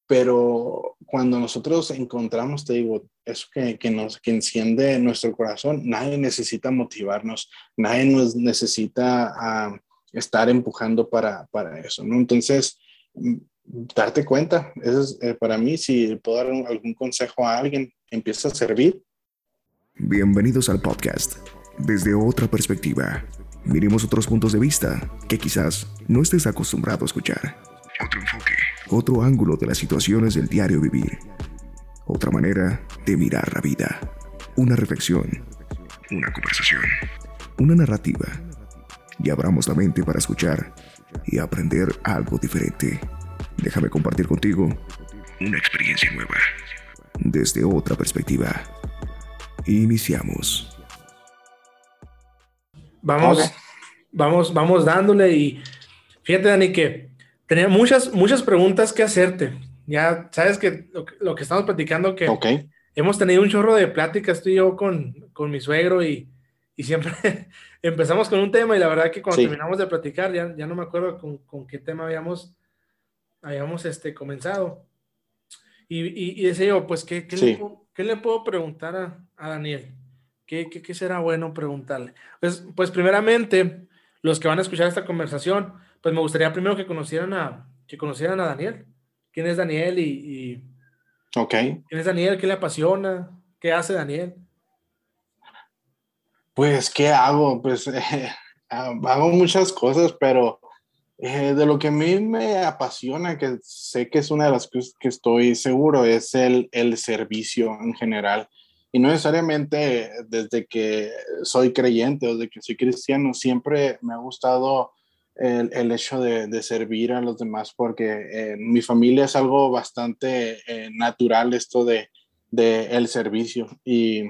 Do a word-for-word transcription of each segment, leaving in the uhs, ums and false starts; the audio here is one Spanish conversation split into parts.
pero cuando nosotros encontramos, te digo, eso que, que nos que enciende nuestro corazón, nadie necesita motivarnos, nadie nos necesita uh, estar empujando para, para eso, ¿no? Entonces, darte cuenta, eso es, eh, para mí, si puedo dar un, algún consejo a alguien, empieza a servir. Bienvenidos al podcast, desde otra perspectiva. Miremos otros puntos de vista que quizás no estés acostumbrado a escuchar. Otro enfoque, otro ángulo de las situaciones del diario vivir. Otra manera de mirar la vida. Una reflexión, una conversación, una narrativa. Y abramos la mente para escuchar y aprender algo diferente. Déjame compartir contigo una experiencia nueva, desde otra perspectiva. Iniciamos. Vamos, Okay. vamos, vamos dándole y fíjate, Dani, que tenía muchas, muchas preguntas que hacerte. Ya sabes que lo, lo que estamos platicando, que Okay. hemos tenido un chorro de pláticas tú y yo con, con mi suegro y, y siempre empezamos con un tema y la verdad que cuando Sí. terminamos de platicar ya, ya no me acuerdo con, con qué tema habíamos, habíamos este, comenzado. Y, y, y decía yo, pues, ¿qué, qué, Sí. le, puedo, ¿qué le puedo preguntar a, a Daniel? ¿Qué, qué, ¿Qué será bueno preguntarle? Pues, pues, primeramente, los que van a escuchar esta conversación, pues me gustaría primero que conocieran a, que conocieran a Daniel. ¿Quién es Daniel? Y, y Okay. ¿quién es Daniel? ¿Qué le apasiona? ¿Qué hace Daniel? Pues, ¿qué hago? Pues, eh, hago muchas cosas, pero eh, de lo que a mí me apasiona, que sé que es una de las cosas que estoy seguro, es el, el servicio en general. Y no necesariamente desde que soy creyente o desde que soy cristiano, siempre me ha gustado el, el hecho de, de servir a los demás, porque en mi familia es algo bastante eh, natural esto de, de el servicio. Y,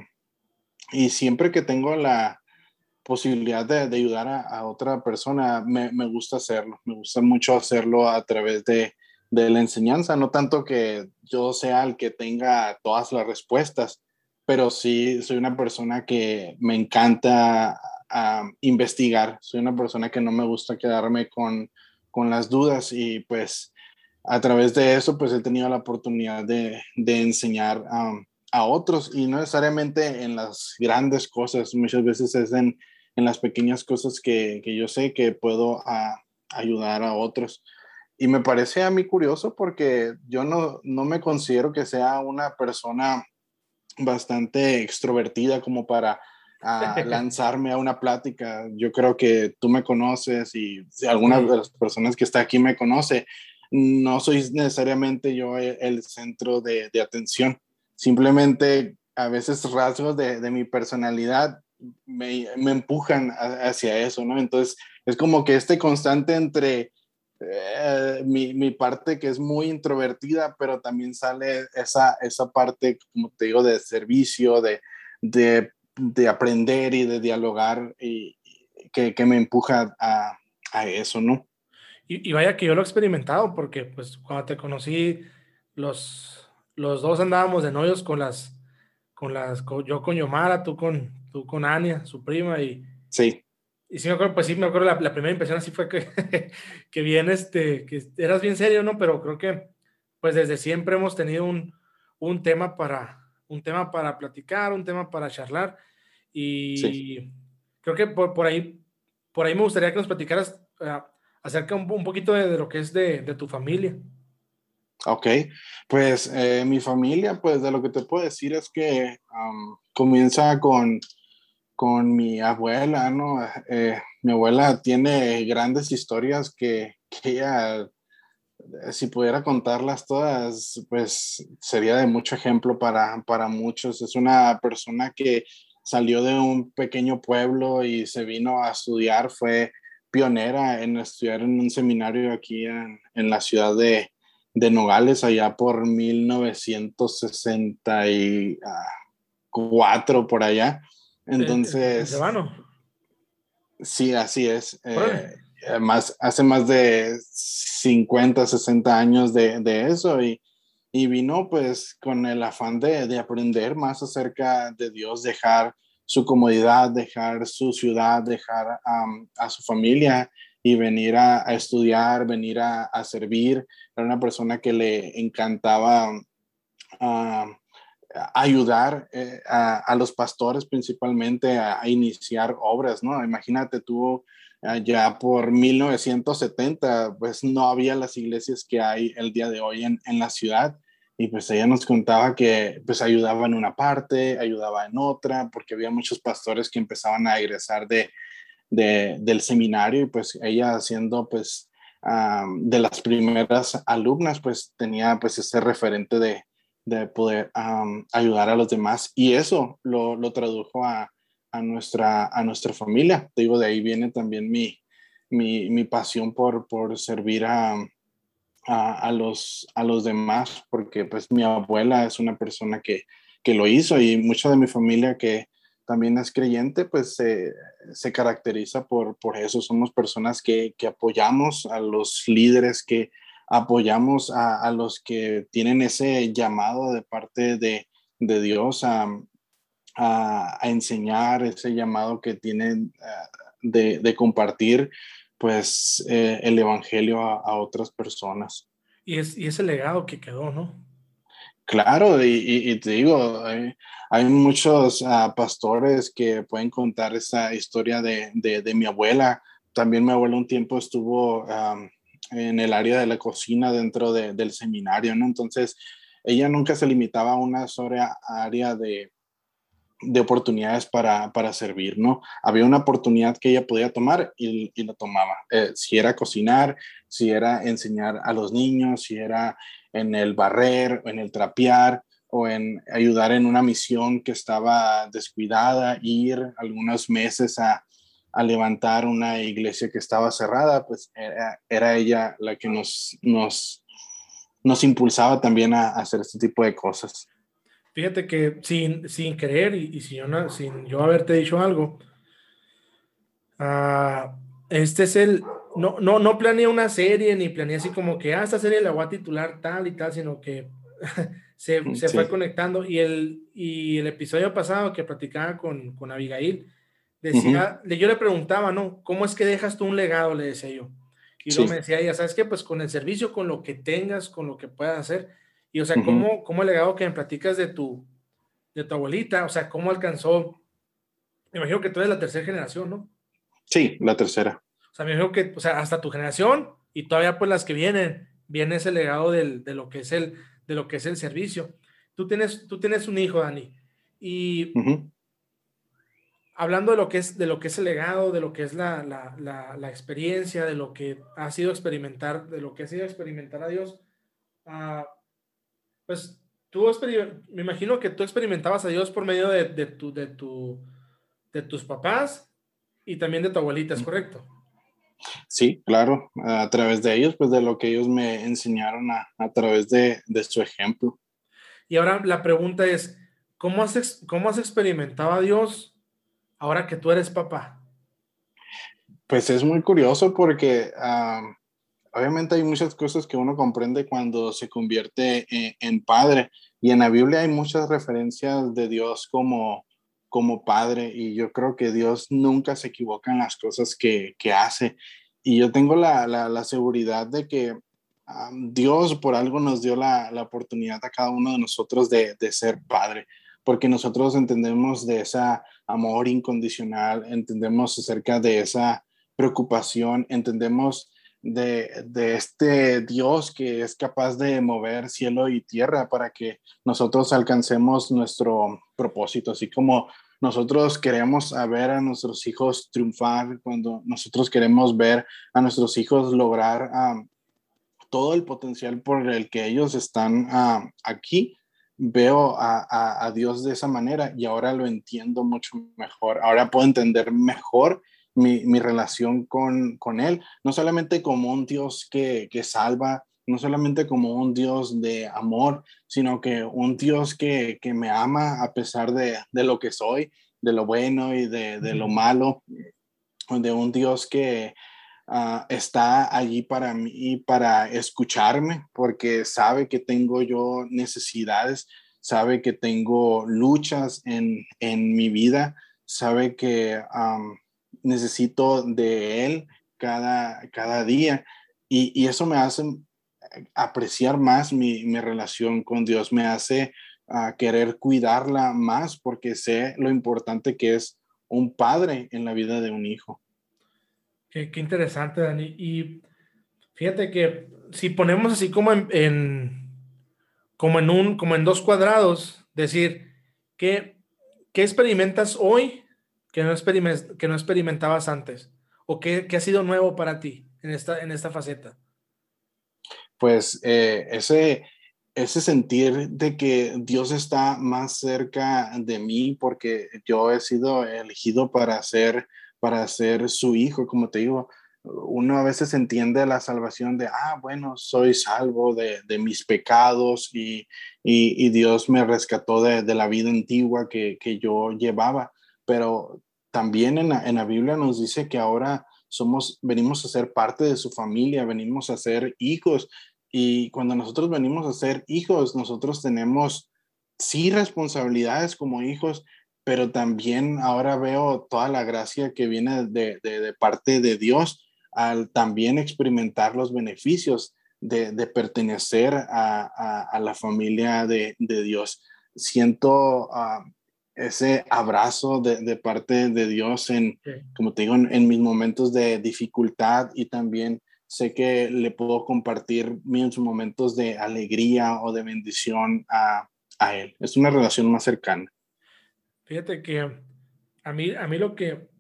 y siempre que tengo la posibilidad de, de ayudar a, a otra persona, me, me gusta hacerlo. Me gusta mucho hacerlo a través de, de la enseñanza, no tanto que yo sea el que tenga todas las respuestas, pero sí soy una persona que me encanta uh, investigar. Soy una persona que no me gusta quedarme con, con las dudas y pues a través de eso pues he tenido la oportunidad de, de enseñar um, a otros y no necesariamente en las grandes cosas, muchas veces es en, en las pequeñas cosas que, que yo sé que puedo a, ayudar a otros. Y me parece a mí curioso porque yo no, no me considero que sea una persona bastante extrovertida como para a lanzarme a una plática. Yo creo que tú me conoces y si alguna Sí. de las personas que está aquí me conoce, no soy necesariamente yo el, el centro de, de atención. Simplemente a veces rasgos de, de mi personalidad me, me empujan a, hacia eso, ¿no? Entonces es como que este constante entre eh, mi, mi parte que es muy introvertida, pero también sale esa, esa parte, como te digo, de servicio, de, de, de aprender y de dialogar y, y que, que me empuja a, a eso, ¿no? Y, y vaya que yo lo he experimentado porque pues cuando te conocí, los, los dos andábamos de novios con las, con las, con- yo con Yomara, tú con, tú con Ania, su prima, y, Sí, y sí me acuerdo, pues sí me acuerdo, la, la primera impresión así fue que, que bien, este, que eras bien serio, ¿no? Pero creo que pues desde siempre hemos tenido un, un tema para, un tema para platicar, un tema para charlar, sí. y creo que por, por ahí, por ahí me gustaría que nos platicaras uh, acerca un, un poquito de, de lo que es de, de tu familia. Ok, pues eh, mi familia, pues de lo que te puedo decir es que um, comienza con, con mi abuela, ¿no? Eh, mi abuela tiene grandes historias que, que ella, si pudiera contarlas todas, pues sería de mucho ejemplo para, para muchos. Es una persona que salió de un pequeño pueblo y se vino a estudiar, fue pionera en estudiar en un seminario aquí en, en la ciudad de, de Nogales, allá por mil novecientos sesenta y cuatro, por allá. En, en, en Entonces, Sebano. sí, así es. Órale. Eh, más, hace más de cincuenta, sesenta años de, de eso y, y vino pues con el afán de, de aprender más acerca de Dios, dejar su comodidad, dejar su ciudad, dejar um, a su familia y venir a, a estudiar, venir a, a servir. Era una persona que le encantaba uh, ayudar eh, a, a los pastores principalmente a, a iniciar obras, ¿no? Imagínate tú, uh, ya por mil novecientos setenta, pues no había las iglesias que hay el día de hoy en, en la ciudad. Y pues ella nos contaba que pues ayudaba en una parte, ayudaba en otra, porque había muchos pastores que empezaban a egresar de, de, del seminario, y pues ella siendo pues um, de las primeras alumnas, pues tenía pues ese referente de, de poder um, ayudar a los demás, y eso lo, lo tradujo a, a, nuestra, a nuestra familia. Te digo, de ahí viene también mi, mi, mi pasión por, por servir a A, a, los, a los demás, porque pues mi abuela es una persona que, que lo hizo, y mucha de mi familia que también es creyente, pues se, se caracteriza por, por eso. Somos personas que, que apoyamos a los líderes, que apoyamos a, a los que tienen ese llamado de parte de, de Dios a, a, a enseñar, ese llamado que tienen uh, de, de compartir pues eh, el evangelio a, a otras personas. Y, es, y ese legado que quedó, ¿no? Claro, y, y, y te digo, hay, hay muchos uh, pastores que pueden contar esa historia de, de, de mi abuela. También mi abuela un tiempo estuvo um, en el área de la cocina dentro de, del seminario, ¿no? Entonces, ella nunca se limitaba a una sola área de, de oportunidades para, para servir, ¿no? Había una oportunidad que ella podía tomar y, y la tomaba. Eh, si era cocinar, si era enseñar a los niños, si era en el barrer, en el trapear, o en ayudar en una misión que estaba descuidada, ir algunos meses a, a levantar una iglesia que estaba cerrada, pues era, era ella la que nos, nos, nos impulsaba también a, a hacer este tipo de cosas. Fíjate que sin, sin querer y, y sin, yo, sin yo haberte dicho algo, uh, este es el, no, no, no planeé una serie, ni planeé así como que, ah, esta serie la voy a titular tal y tal, sino que se, se Sí. fue conectando. Y el, y el episodio pasado que platicaba con, con Abigail, decía, uh-huh. Yo le preguntaba, ¿no? ¿Cómo es que dejas tú un legado? Le decía yo. Y luego sí. Me decía ella, ¿sabes qué? Pues con el servicio, con lo que tengas, con lo que puedas hacer. Y o sea, uh-huh. ¿cómo, cómo el legado que me platicas de tu, de tu abuelita, o sea, cómo alcanzó? Me imagino que tú eres la tercera generación, ¿no? Sí, la tercera. O sea, me imagino que, o sea, hasta tu generación y todavía pues las que vienen, viene ese legado del, de lo que es el, de lo que es el servicio. Tú tienes, tú tienes un hijo, Dani, y uh-huh. hablando de lo que es, de lo que es el legado, de lo que es la, la, la, la experiencia, de lo que ha sido experimentar, de lo que ha sido experimentar a Dios, uh, pues tú, me imagino que tú experimentabas a Dios por medio de, de, tu, de, tu, de tus papás y también de tu abuelita, ¿es correcto? Sí, claro, a través de ellos, pues de lo que ellos me enseñaron a, a través de, de su ejemplo. Y ahora la pregunta es, ¿cómo has, cómo has experimentado a Dios ahora que tú eres papá? Pues es muy curioso porque um, obviamente hay muchas cosas que uno comprende cuando se convierte en, en padre, y en la Biblia hay muchas referencias de Dios como, como padre, y yo creo que Dios nunca se equivoca en las cosas que, que hace, y yo tengo la, la, la seguridad de que um, Dios por algo nos dio la, la oportunidad a cada uno de nosotros de, de ser padre, porque nosotros entendemos de ese amor incondicional, entendemos acerca de esa preocupación, entendemos de, de este Dios que es capaz de mover cielo y tierra para que nosotros alcancemos nuestro propósito, así como nosotros queremos ver a nuestros hijos triunfar, cuando nosotros queremos ver a nuestros hijos lograr um, todo el potencial por el que ellos están uh, aquí. Veo a, a, a Dios de esa manera y ahora lo entiendo mucho mejor. Ahora puedo entender mejor Mi, mi relación con, con Él, no solamente como un Dios que, que salva, no solamente como un Dios de amor, sino que un Dios que, que me ama a pesar de, de lo que soy, de lo bueno y de, de lo malo, de un Dios que uh, está allí para mí, para escucharme, porque sabe que tengo yo necesidades, sabe que tengo luchas en, en mi vida, sabe que um, necesito de Él, cada, cada día. Y, y eso me hace apreciar más mi, mi relación con Dios, me hace uh, querer cuidarla más porque sé lo importante que es un padre en la vida de un hijo. Qué, qué interesante, Dani. Y fíjate que si ponemos así como en, en como en un, como en dos cuadrados, decir, ¿qué, qué experimentas hoy que no, experiment, que no experimentabas antes? ¿O qué, qué ha sido nuevo para ti en esta, en esta faceta? Pues eh, ese, ese sentir de que Dios está más cerca de mí porque yo he sido elegido para ser, para ser su hijo, como te digo. Uno a veces entiende la salvación de, ah, bueno, soy salvo de, de mis pecados y, y, y Dios me rescató de, de la vida antigua que, que yo llevaba. Pero también en la, en la Biblia nos dice que ahora somos, venimos a ser parte de su familia, venimos a ser hijos. Y cuando nosotros venimos a ser hijos, nosotros tenemos sí responsabilidades como hijos, pero también ahora veo toda la gracia que viene de, de, de parte de Dios al también experimentar los beneficios de, de pertenecer a, a, a, la familia de, de Dios. Siento uh, ese abrazo de, de parte de Dios en, sí. como te digo, en, en mis momentos de dificultad, y también sé que le puedo compartir mis momentos de alegría o de bendición a, a Él. Es una relación más cercana. Fíjate que a mí, a mí lo que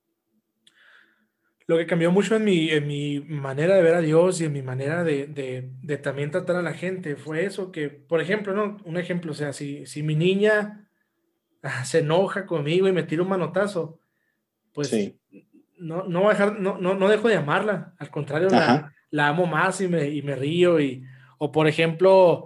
Lo que cambió mucho en mi, en mi manera de ver a Dios y en mi manera de, de, de también tratar a la gente fue eso que, por ejemplo, ¿no? Un ejemplo, o sea, si, si mi niña ah, se enoja conmigo y me tira un manotazo, pues sí. no, no, voy a dejar, no, no, no dejo de amarla, al contrario, la, la amo más y me, y me río. Y, o por ejemplo,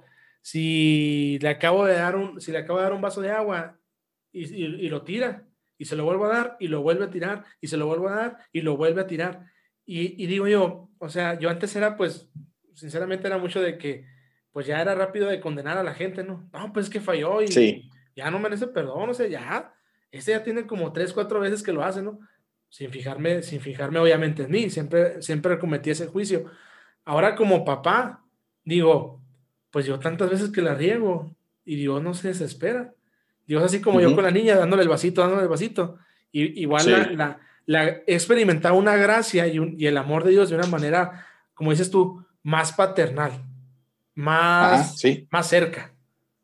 si le acabo de dar un, si le acabo de dar un vaso de agua y, y, y lo tira, y se lo vuelvo a dar, y lo vuelve a tirar, y se lo vuelvo a dar, y lo vuelve a tirar. Y, y digo yo, o sea, yo antes era, pues, sinceramente era mucho de que, pues ya era rápido de condenar a la gente, ¿no? No, pues es que falló y sí. ya no merece perdón, o sea, ya, este ya tiene como tres, cuatro veces que lo hace, ¿no? Sin fijarme, sin fijarme obviamente en mí, siempre, siempre cometí ese juicio. Ahora como papá, digo, pues yo tantas veces que la riego, y Dios no se desespera. Dios así como uh-huh. yo con la niña, dándole el vasito, dándole el vasito. Y, igual sí. la, la, la he experimentado una gracia y, un, y el amor de Dios de una manera, como dices tú, más paternal, más, Ajá, sí. más cerca.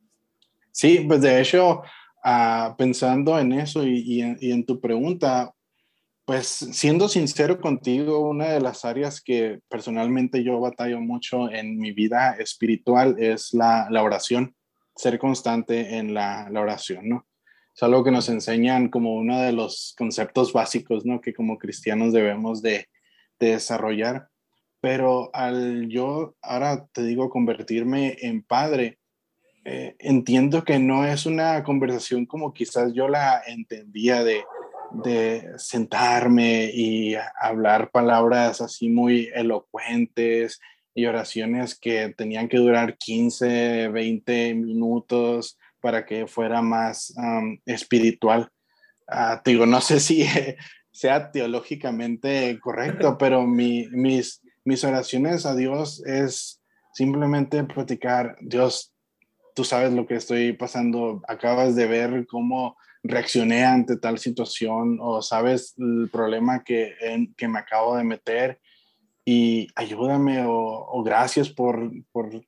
Sí, pues de hecho, uh, pensando en eso y, y, en, y en tu pregunta, pues siendo sincero contigo, una de las áreas que personalmente yo batallo mucho en mi vida espiritual es la, la oración, ser constante en la, la oración, ¿no? Es algo que nos enseñan como uno de los conceptos básicos, ¿no? Que como cristianos debemos de, de desarrollar. Pero al yo, ahora te digo, convertirme en padre, eh, entiendo que no es una conversación como quizás yo la entendía de, de sentarme y hablar palabras así muy elocuentes y oraciones que tenían que durar quince, veinte minutos para que fuera más um, espiritual. Uh, te digo, no sé si sea teológicamente correcto, pero mi, mis, mis oraciones a Dios es simplemente platicar: Dios, tú sabes lo que estoy pasando, acabas de ver cómo reaccioné ante tal situación, o sabes el problema que, en, que me acabo de meter, y ayúdame, o, o gracias por, por uh,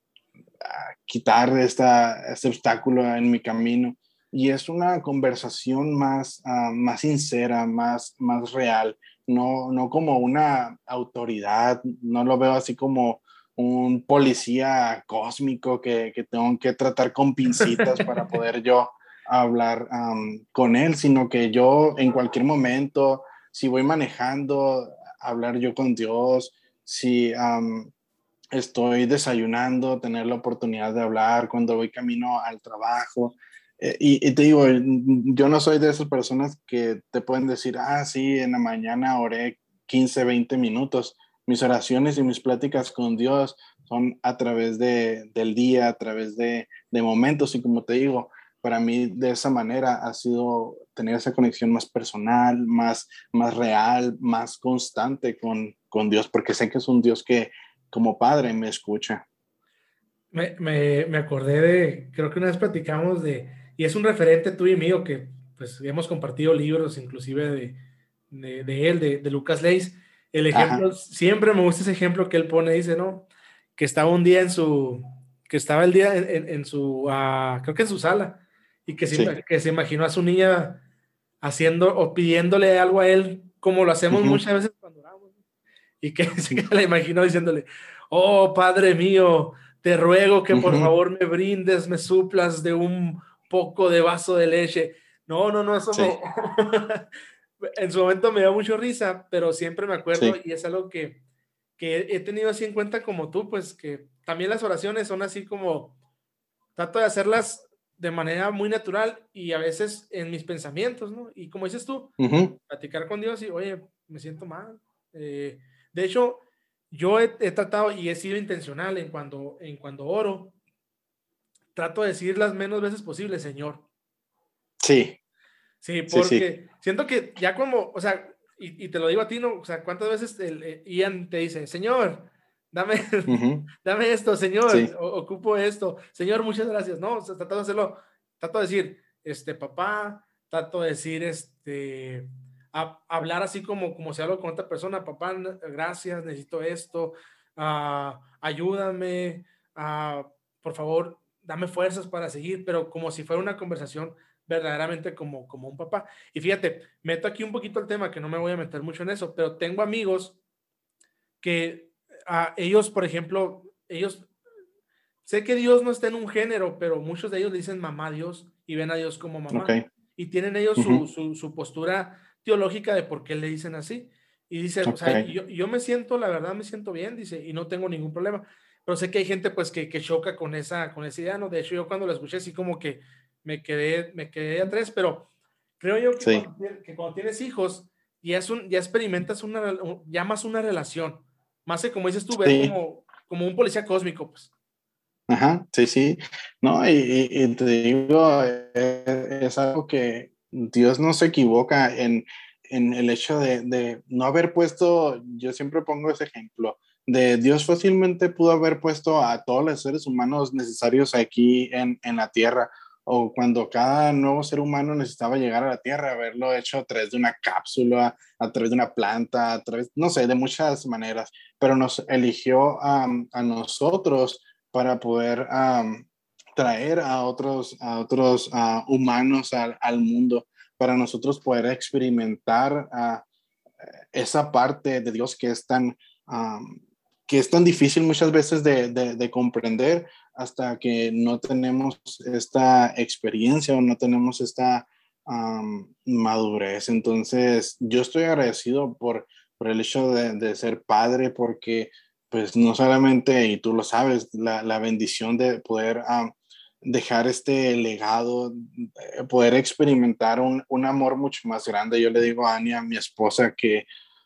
quitar esta, este obstáculo en mi camino. Y es una conversación más, uh, más sincera, más, más real, no, no como una autoridad, no lo veo así como un policía cósmico que, que tengo que tratar con pincitas para poder yo hablar um, con él, sino que yo en cualquier momento, si voy manejando, hablar yo con Dios, si um, estoy desayunando, tener la oportunidad de hablar cuando voy camino al trabajo. Eh, y, y te digo, yo no soy de esas personas que te pueden decir, ah, sí, en la mañana oré quince, veinte minutos. Mis oraciones y mis pláticas con Dios son a través de, del día, a través de, de momentos, y como te digo, para mí de esa manera ha sido tener esa conexión más personal, más, más real, más constante con, con Dios, porque sé que es un Dios que como padre me escucha. Me, me, me acordé de, creo que una vez platicamos de, y es un referente tú y mío, que pues hemos compartido libros inclusive de, de, de él, de, de Lucas Leis. El Ajá, ejemplo, siempre me gusta ese ejemplo que él pone, dice, ¿no? Que estaba un día en su, que estaba el día en, en, en su, uh, creo que en su sala, y que sí. se, que se imaginó a su niña haciendo o pidiéndole algo a él, como lo hacemos Uh-huh. muchas veces cuando oramos, y que se la imaginó diciéndole, oh Padre mío, te ruego que por Uh-huh. favor me brindes, me suplas de un poco de vaso de leche. No, no, no, eso Sí, me... en su momento me dio mucho risa, pero siempre me acuerdo sí. y es algo que, que he tenido así en cuenta como tú, pues que también las oraciones son así como, trato de hacerlas de manera muy natural y a veces en mis pensamientos, ¿no? Y como dices tú, Uh-huh. platicar con Dios y, oye, me siento mal. Eh, de hecho, yo he, he, tratado y he sido intencional en cuando, en cuando oro, trato de decir las menos veces posible, Señor. Sí, Sí, sí, sí. porque siento que ya como, o sea, y, y te lo digo a ti, ¿no? O sea, ¿cuántas veces el, eh, Ian te dice, Señor, dame, Uh-huh. dame esto, Señor, Sí, o, ocupo esto, Señor, muchas gracias, ¿no? O sea, trato de hacerlo, trato de decir, este, papá, trato de decir, este, a, hablar así como, como si hablo con otra persona, papá, gracias, necesito esto, uh, ayúdame, uh, por favor, dame fuerzas para seguir, pero como si fuera una conversación verdaderamente como, como un papá. Y fíjate, meto aquí un poquito el tema, que no me voy a meter mucho en eso, pero tengo amigos que a ellos, por ejemplo, ellos, sé que Dios no está en un género, pero muchos de ellos le dicen mamá a Dios y ven a Dios como mamá. ok. Y tienen ellos su, Uh-huh. su, su postura teológica de por qué le dicen así. Y dice, o sea, Ok. yo, yo me siento, la verdad me siento bien, dice, y no tengo ningún problema. Pero sé que hay gente pues que, que choca con esa, con esa idea, ¿no? De hecho, yo cuando lo escuché así como que me quedé, me quedé a tres, pero creo yo que Sí, cuando, que cuando tienes hijos, ya, es un, ya experimentas una, ya más una relación, más que como dices tú, ver sí. como, como un policía cósmico, pues. Ajá, sí, sí. No, y, y- y te digo, eh, es algo que Dios no se equivoca en, en el hecho de, de no haber puesto, yo siempre pongo ese ejemplo, de Dios fácilmente pudo haber puesto a todos los seres humanos necesarios aquí en, en la tierra, o cuando cada nuevo ser humano necesitaba llegar a la tierra, haberlo hecho a través de una cápsula, a través de una planta, a través, no sé, de muchas maneras, pero nos eligió a a nosotros para poder um, traer a otros, a otros uh, humanos al, al, mundo, para nosotros poder experimentar uh, esa parte de Dios que es tan, um, que es tan difícil muchas veces de, de, de comprender hasta que no tenemos esta experiencia o no tenemos esta um, madurez. Entonces, yo estoy agradecido por, por el hecho de, de ser padre, porque pues no solamente, y tú lo sabes, la, la bendición de poder um, dejar este legado, poder experimentar un, un amor mucho más grande. Yo le digo a Ania, mi esposa, que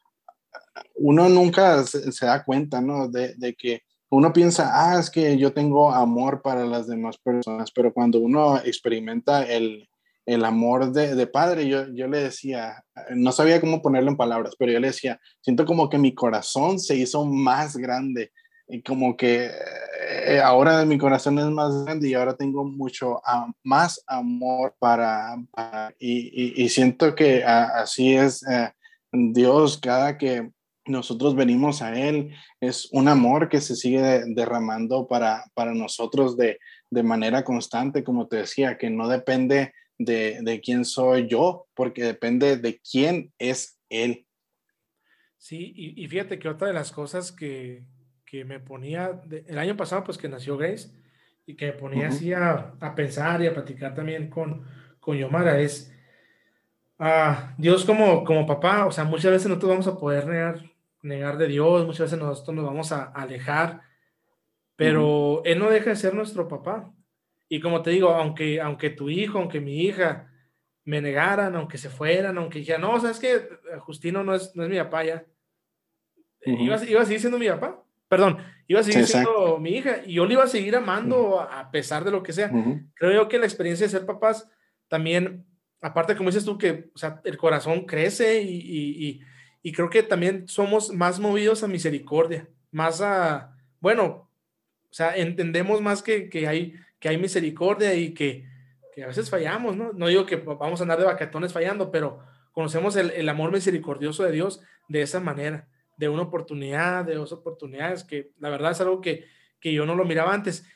uno nunca se, se da cuenta, ¿no? De, de que uno piensa, ah, es que yo tengo amor para las demás personas, pero cuando uno experimenta el, el amor de, de padre, yo, yo le decía, no sabía cómo ponerlo en palabras, pero yo le decía, siento como que mi corazón se hizo más grande y como que eh, ahora mi corazón es más grande y ahora tengo mucho uh, más amor para, para y, y, y, siento que uh, así es uh, Dios, cada que nosotros venimos a Él, es un amor que se sigue derramando para, para nosotros de, de manera constante, como te decía, que no depende de, de quién soy yo, porque depende de quién es Él. Sí, y, y fíjate que otra de las cosas que, que me ponía, de, el año pasado pues que nació Grace, y que me ponía Uh-huh. así a, a pensar y a platicar también con, con Yomara es, uh, Dios como, como papá, o sea, muchas veces nosotros vamos a poder negar, negar de Dios, muchas veces nosotros nos vamos a, a alejar, Uh-huh. pero Él no deja de ser nuestro papá. Y como te digo, aunque, aunque tu hijo, aunque mi hija me negaran, aunque se fueran, aunque dijeran, no, sabes que Justino no es, no es mi papá ya, Uh-huh. iba, iba a seguir siendo mi papá. perdón, iba a Sí, seguir exacto. siendo mi hija y yo le iba a seguir amando a, a pesar de lo que sea. Ujú. Creo yo que la experiencia de ser papás también, aparte como dices tú, que o sea, el corazón crece y, y, y, y creo que también somos más movidos a misericordia, más a, bueno, o sea, entendemos más que, que, hay, que hay misericordia y que, que a veces fallamos, ¿no? No digo que vamos a andar de vaquetones fallando, pero conocemos el, el amor misericordioso de Dios de esa manera, de una oportunidad, de dos oportunidades, que la verdad es algo que, que yo no lo miraba antes.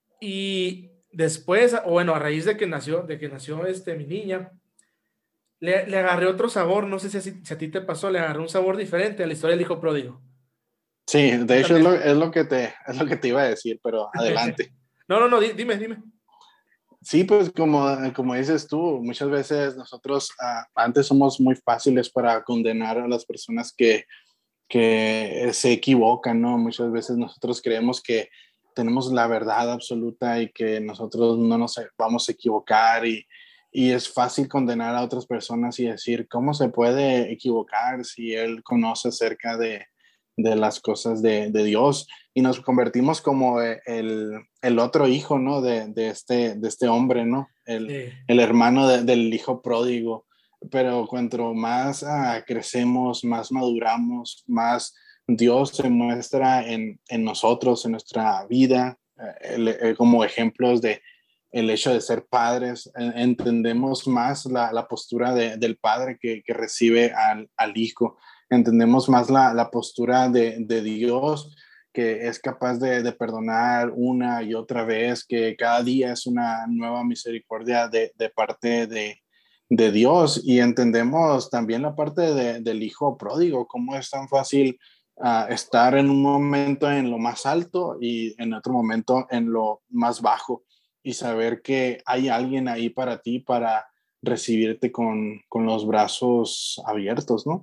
Y después, o bueno, a raíz de que nació, de que nació este, mi niña, le, le agarré otro sabor, no sé si a, si a ti te pasó, le agarré un sabor diferente a la historia del hijo pródigo. Sí, de hecho es lo, Completamente. es lo que te, es lo que te iba a decir, pero adelante. No, no, no, di- dime, dime. Sí, pues como, como dices tú, muchas veces nosotros ah, antes somos muy fáciles para condenar a las personas que, que se equivocan, ¿no? Muchas veces nosotros creemos que tenemos la verdad absoluta y que nosotros no nos vamos a equivocar y, y es fácil condenar a otras personas y decir, ¿cómo se puede equivocar si él conoce acerca de, de las cosas de, de Dios? Y nos convertimos como el, el otro hijo, ¿no? De, de, este, de este hombre, ¿no? El, Sí, el hermano de, del hijo pródigo. Pero cuanto más ah, crecemos, más maduramos, más Dios se muestra en, en nosotros, en nuestra vida, eh, el, el, como ejemplos de el hecho de ser padres, eh, entendemos más la, la postura de, del padre que, que recibe al, al hijo, entendemos más la, la postura de, de Dios que es capaz de, de, perdonar una y otra vez, que cada día es una nueva misericordia de, de parte de, de Dios, y entendemos también la parte de, del hijo pródigo, cómo es tan fácil uh, estar en un momento en lo más alto y en otro momento en lo más bajo, y saber que hay alguien ahí para ti para recibirte con, con los brazos abiertos, ¿no?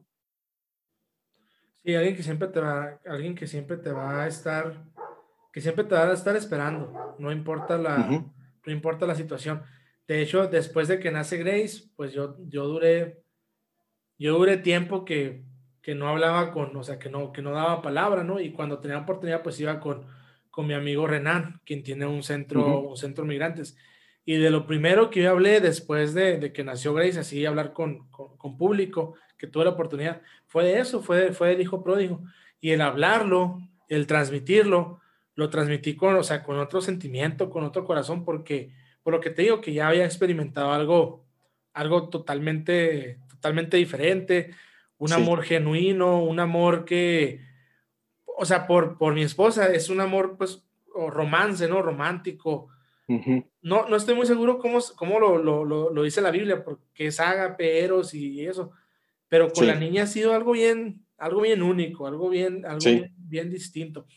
sí, alguien que siempre te va, alguien que siempre te va a estar, que siempre te va a estar esperando, no importa la, Uh-huh. no importa la situación. De hecho, después de que nace Grace, pues yo, yo duré, yo duré tiempo que, que no hablaba con, o sea, que no, que no daba palabra, ¿no? Y cuando tenía oportunidad, pues iba con, con mi amigo Renan, quien tiene un centro, Uh-huh. un centro de migrantes. Y de lo primero que yo hablé después de, de que nació Grace, así hablar con, con, con público, que tuve la oportunidad, fue de eso, fue, de, fue del hijo pródigo. Y el hablarlo, el transmitirlo, lo transmití con, o sea, con otro sentimiento, con otro corazón, porque, por lo que te digo, que ya había experimentado algo, algo totalmente, totalmente diferente, un Sí. amor genuino, un amor que, o sea, por, por mi esposa, es un amor, pues, o romance, ¿no? Romántico. Uh-huh. No, no estoy muy seguro cómo, cómo lo, lo, lo, lo dice la Biblia, porque es ágape, eros y eso, pero con la Sí. niña ha sido algo bien, algo bien único, algo bien, algo bien, Sí. bien distinto.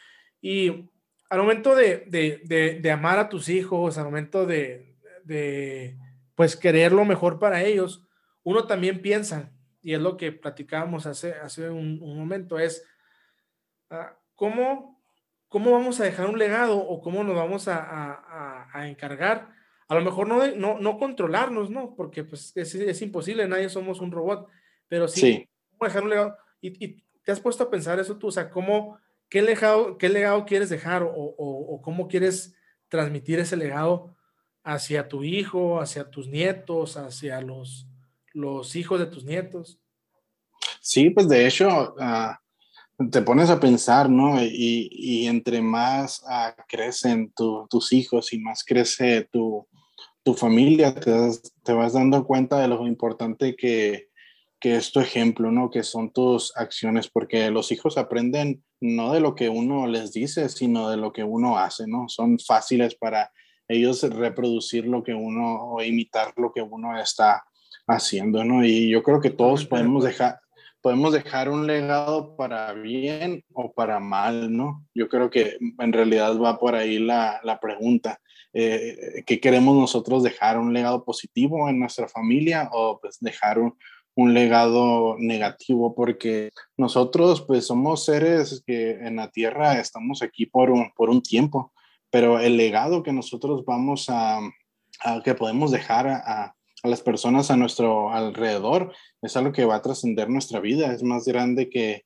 Y al momento de, de, de, de amar a tus hijos, al momento de, de, pues, querer lo mejor para ellos, uno también piensa, y es lo que platicábamos hace, hace un, un momento, es uh, ¿cómo, cómo vamos a dejar un legado o cómo nos vamos a, a, a, a encargar. A lo mejor no, de, no, no controlarnos, ¿no? Porque pues, es, es imposible, nadie somos un robot, pero sí Sí. cómo dejar un legado. Y, y te has puesto a pensar eso tú, o sea, ¿cómo, qué, legado, qué legado quieres dejar o, o, o cómo quieres transmitir ese legado hacia tu hijo, hacia tus nietos, hacia los, los hijos de tus nietos? Sí, pues de hecho, uh, te pones a pensar, ¿no? Y, y entre más uh, crecen tu, tus hijos y más crece tu, tu familia, te, das, te vas dando cuenta de lo importante que, que es tu ejemplo, ¿no? Que son tus acciones, porque los hijos aprenden no de lo que uno les dice, sino de lo que uno hace, ¿no? Son fáciles para ellos reproducir lo que uno o imitar lo que uno está haciendo, ¿no? Y yo creo que todos Totalmente de podemos acuerdo. dejar, podemos dejar un legado para bien o para mal, ¿no? Yo creo que en realidad va por ahí la, la pregunta. Eh, ¿Qué queremos nosotros dejar? ¿Un legado positivo en nuestra familia o pues dejar un, un legado negativo? Porque nosotros pues somos seres que en la tierra estamos aquí por un, por un tiempo, pero el legado que nosotros vamos a, a que podemos dejar a, a a las personas a nuestro alrededor es algo que va a trascender nuestra vida, es más grande que,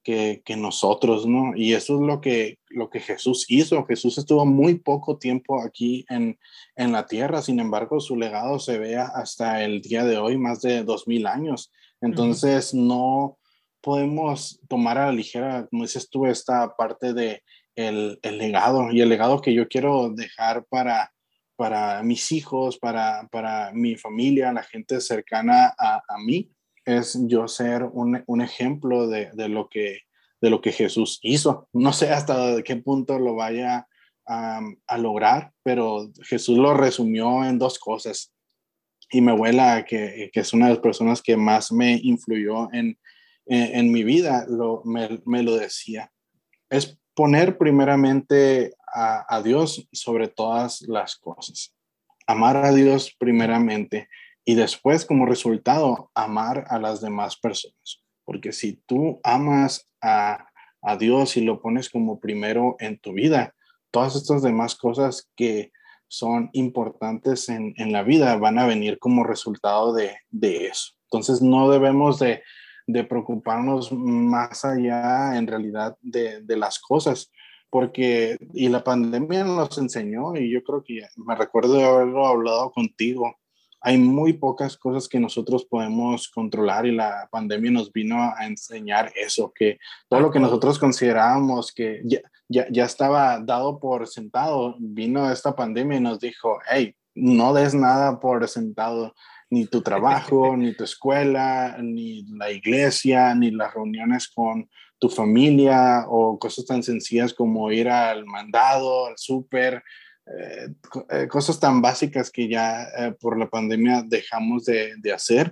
que, que nosotros, ¿no? Y eso es lo que, lo que Jesús hizo. Jesús estuvo muy poco tiempo aquí en, en la tierra, sin embargo, su legado se ve hasta el día de hoy, más de dos mil años. Ujú. Entonces, no podemos tomar a la ligera, como dices tú, esta parte de el, el legado y el legado que yo quiero dejar para, para mis hijos, para, para mi familia, la gente cercana a, a mí, es yo ser un, un ejemplo de, de, lo que, de lo que Jesús hizo. No sé hasta qué punto lo vaya a, a lograr, pero Jesús lo resumió en dos cosas. Y mi abuela, que, que es una de las personas que más me influyó en, en, en mi vida, lo, me, me lo decía. Es poner primeramente a, a Dios sobre todas las cosas. Amar a Dios primeramente y después, como resultado, amar a las demás personas. Porque si tú amas a, a Dios y lo pones como primero en tu vida, todas estas demás cosas que son importantes en, en la vida van a venir como resultado de, de eso. Entonces no debemos de, de preocuparnos más allá en realidad de, de las cosas, porque, y la pandemia nos enseñó, y yo creo que me recuerdo de haberlo hablado contigo, hay muy pocas cosas que nosotros podemos controlar y la pandemia nos vino a enseñar eso, que todo A lo que todos. nosotros considerábamos que ya, ya, ya estaba dado por sentado, vino esta pandemia y nos dijo, hey, no des nada por sentado, ni tu trabajo, ni tu escuela, ni la iglesia, ni las reuniones con tu familia o cosas tan sencillas como ir al mandado, al súper, eh, eh, cosas tan básicas que ya eh, por la pandemia dejamos de, de hacer.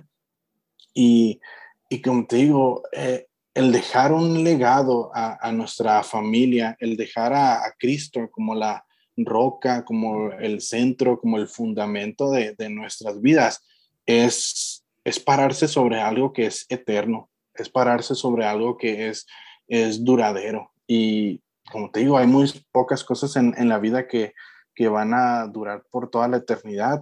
Y, y como te digo, eh, el dejar un legado a, a nuestra familia, el dejar a, a Cristo como la roca, como el centro, como el fundamento de, de nuestras vidas, es, es pararse sobre algo que es eterno, es pararse sobre algo que es, es duradero. Y como te digo, hay muy pocas cosas en, en la vida que, que van a durar por toda la eternidad.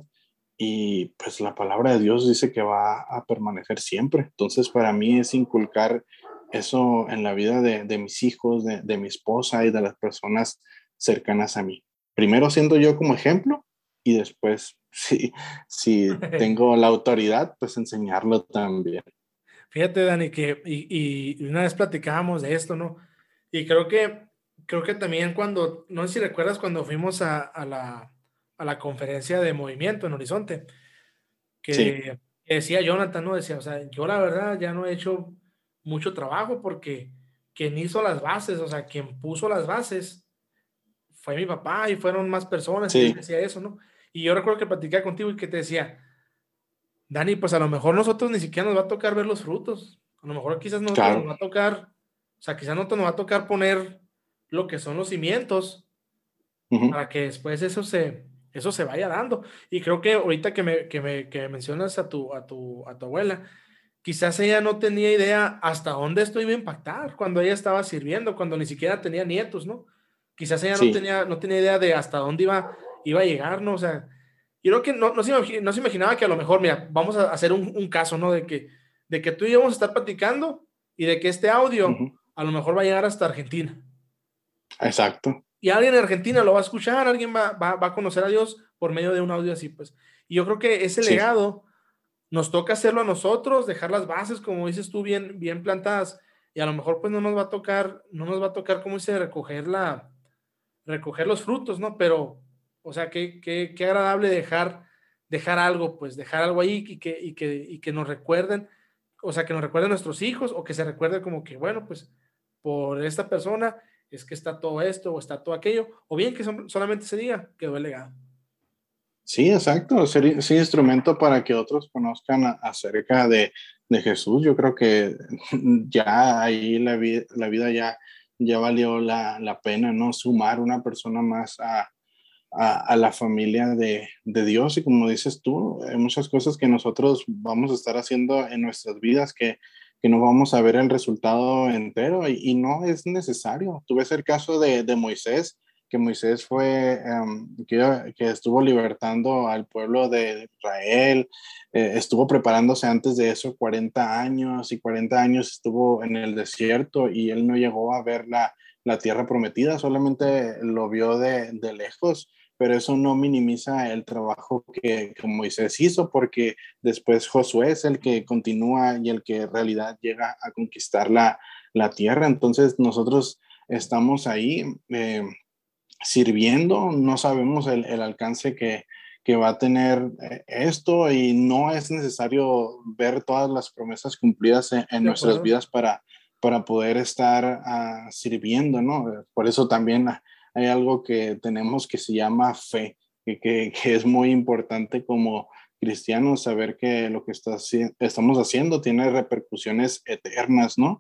Y pues la palabra de Dios dice que va a permanecer siempre. Entonces para mí es inculcar eso en la vida de, de mis hijos, de, de mi esposa y de las personas cercanas a mí. Primero siendo yo como ejemplo y después, si, si tengo la autoridad, pues enseñarlo también. Fíjate, Dani, que y, y una vez platicábamos de esto, ¿no? Y creo que, creo que también cuando, no sé si recuerdas cuando fuimos a, a la, a la conferencia de movimiento en Horizonte, Sí, que decía Jonathan, ¿no? Decía, o sea, yo la verdad ya no he hecho mucho trabajo porque quien hizo las bases, o sea, quien puso las bases fue mi papá y fueron más personas, y él sí, decía eso, ¿no? Y yo recuerdo que platicaba contigo y que te decía, Dani, pues a lo mejor nosotros ni siquiera nos va a tocar ver los frutos. A lo mejor quizás nosotros nos claro. va a tocar, o sea, quizás nosotros nos va a tocar poner lo que son los cimientos Ujú. para que después eso se, eso se vaya dando. Y creo que ahorita que me, que me, que mencionas a tu, a tu, a tu abuela, quizás ella no tenía idea hasta dónde esto iba a impactar cuando ella estaba sirviendo, cuando ni siquiera tenía nietos, ¿no? Quizás ella no Sí, tenía, no tenía idea de hasta dónde iba, iba a llegar, ¿no? O sea, yo creo que no, no, se, imagi- no se imaginaba que a lo mejor, mira, vamos a hacer un, un caso, ¿no? De que, de que tú y yo vamos a estar platicando y de que este audio ujú. a lo mejor va a llegar hasta Argentina. Exacto. Y alguien en Argentina lo va a escuchar, alguien va, va, va a conocer a Dios por medio de un audio así, pues. Y yo creo que ese Sí, legado nos toca hacerlo a nosotros, dejar las bases, como dices tú, bien, bien plantadas. Y a lo mejor pues no nos va a tocar, no nos va a tocar, como dice, recoger la, recoger los frutos, ¿no? Pero, o sea, qué, qué, qué agradable dejar, dejar algo, pues, dejar algo ahí y que, y que, y que nos recuerden, o sea, que nos recuerden nuestros hijos o que se recuerde como que, bueno, pues, por esta persona es que está todo esto o está todo aquello, o bien que son, solamente se diga, quedó el legado. sí, exacto. Ser, ese instrumento para que otros conozcan a- acerca de, de Jesús. Yo creo que ya ahí la, vi- la vida ya, ya valió la, la pena, ¿no? Sumar una persona más a, a, a la familia de, de Dios. Y como dices tú, hay muchas cosas que nosotros vamos a estar haciendo en nuestras vidas que, que no vamos a ver el resultado entero y, y no es necesario. Tú ves el caso de, de Moisés. que Moisés fue, um, que, que estuvo libertando al pueblo de Israel, eh, estuvo preparándose antes de eso cuarenta años y cuarenta años estuvo en el desierto y él no llegó a ver la, la tierra prometida, solamente lo vio de, de lejos, pero eso no minimiza el trabajo que, que Moisés hizo, porque después Josué es el que continúa y el que en realidad llega a conquistar la, la tierra. Entonces nosotros estamos ahí eh, sirviendo, no sabemos el, el alcance que, que va a tener eh, esto y no es necesario ver todas las promesas cumplidas en, en De nuestras acuerdo. vidas para, para poder estar uh, sirviendo, ¿no? Por eso también hay algo que tenemos que se llama fe, que, que, que es muy importante como cristianos saber que lo que está, estamos haciendo tiene repercusiones eternas, ¿no?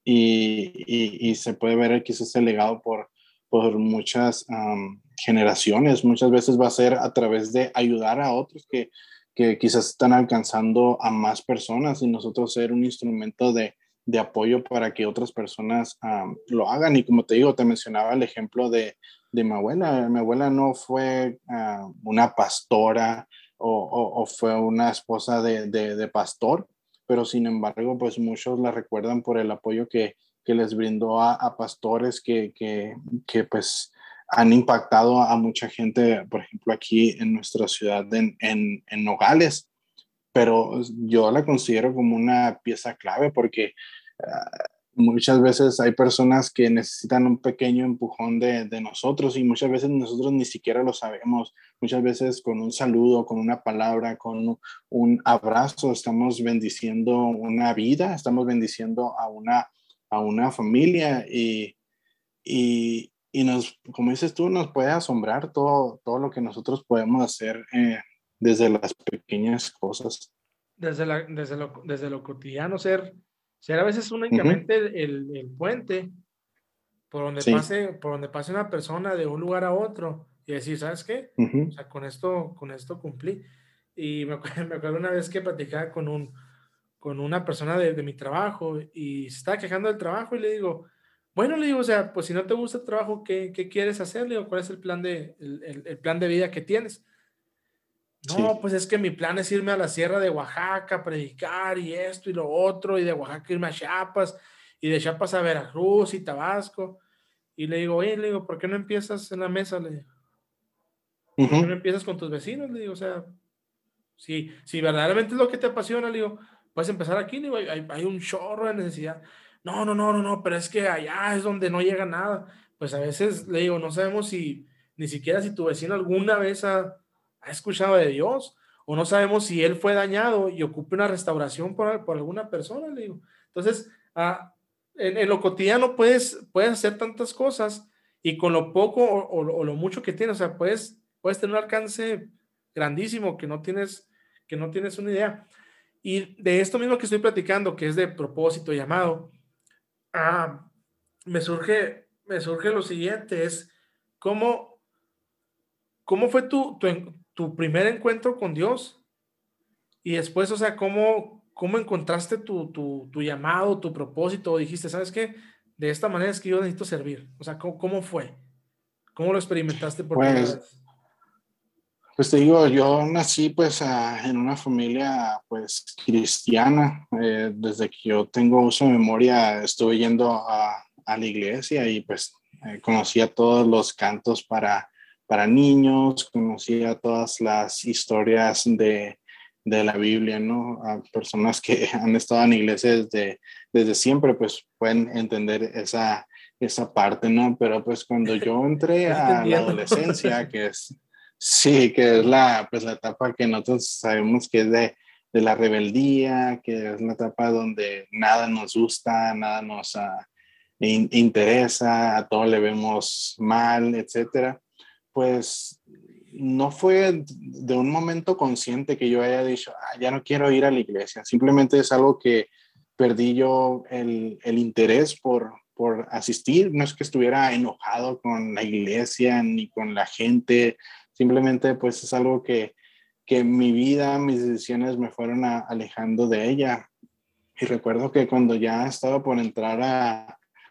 Y, y, y se puede ver quizás ese legado por, por muchas um, generaciones. Muchas veces va a ser a través de ayudar a otros que, que quizás están alcanzando a más personas y nosotros ser un instrumento de, de apoyo para que otras personas um, lo hagan. Y como te digo, te mencionaba el ejemplo de, de mi abuela. Mi abuela no fue uh, una pastora o, o, o fue una esposa de, de, de pastor, pero sin embargo, pues muchos la recuerdan por el apoyo que, que les brindó a, a pastores que, que, que pues han impactado a mucha gente, por ejemplo, aquí en nuestra ciudad, en, en, en Nogales, pero yo la considero como una pieza clave porque uh, muchas veces hay personas que necesitan un pequeño empujón de, de nosotros y muchas veces nosotros ni siquiera lo sabemos. Muchas veces con un saludo, con una palabra, con un abrazo, estamos bendiciendo una vida, estamos bendiciendo a una, a una familia y, y, y nos, como dices tú, nos puede asombrar todo, todo lo que nosotros podemos hacer eh, desde las pequeñas cosas. Desde, la, desde, lo, desde lo cotidiano, ser, ser a veces Uh-huh. únicamente el, el, el puente por donde Sí. pase, por donde pase una persona de un lugar a otro y decir, ¿sabes qué? Uh-huh. O sea, con esto, con esto cumplí. Y me acuerdo, me acuerdo una vez que platicaba con, un, con una persona de, de mi trabajo y se estaba quejando del trabajo y le digo, bueno, le digo, o sea, pues si no te gusta el trabajo, ¿qué, qué quieres hacer? Le digo, ¿cuál es el plan de, el, el, el plan de vida que tienes? No, Sí. pues es que mi plan es irme a la sierra de Oaxaca, predicar y esto y lo otro, y de Oaxaca irme a Chiapas, y de Chiapas a Veracruz y Tabasco. Y le digo, oye, le digo, ¿por qué no empiezas en la mesa? Le digo, ¿por qué no Uh-huh. empiezas con tus vecinos? Le digo, o sea, si, si verdaderamente es lo que te apasiona, le digo, puedes empezar aquí, le digo, hay, hay, hay un chorro de necesidad. No, no, no, no, no, pero es que allá es donde no llega nada. Pues a veces, le digo, no sabemos si, ni siquiera si tu vecino alguna vez ha, ha escuchado de Dios, o no sabemos si él fue dañado y ocupe una restauración por, por alguna persona, le digo. Entonces, ah, en, en, lo cotidiano puedes, puedes hacer tantas cosas y con lo poco o, o, o lo mucho que tienes, o sea, puedes, puedes tener un alcance grandísimo que no tienes, que no tienes una idea. Y de esto mismo que estoy platicando, que es de propósito, llamado, ah, me surge, me surge lo siguiente, es cómo, cómo fue tu, tu, tu primer encuentro con Dios y después, o sea, cómo, cómo encontraste tu, tu, tu llamado, tu propósito, o dijiste, ¿sabes qué? De esta manera es que yo necesito servir. O sea, ¿cómo, cómo fue? ¿Cómo lo experimentaste por primera Pues, vez? pues te digo, yo nací pues a, en una familia pues cristiana. Eh, desde que yo tengo uso de memoria estuve yendo a, a la iglesia y pues eh, conocía todos los cantos para, para niños, conocía todas las historias de, de la Biblia, ¿no? A personas que han estado en iglesia desde, desde siempre pues pueden entender esa, esa parte, ¿no? Pero pues cuando yo entré Ahorita a la entiendo. adolescencia, que es sí, que es la, pues, la etapa que nosotros sabemos que es de, de la rebeldía, que es la etapa donde nada nos gusta, nada nos uh, in, interesa, a todo le vemos mal, etcétera. Pues no fue de un momento consciente que yo haya dicho, ah, ya no quiero ir a la iglesia. Simplemente es algo que perdí yo el, el interés por, por asistir. No es que estuviera enojado con la iglesia ni con la gente. Simplemente pues es algo que, que mi vida, mis decisiones me fueron a, alejando de ella. Y recuerdo que cuando ya estaba por entrar a,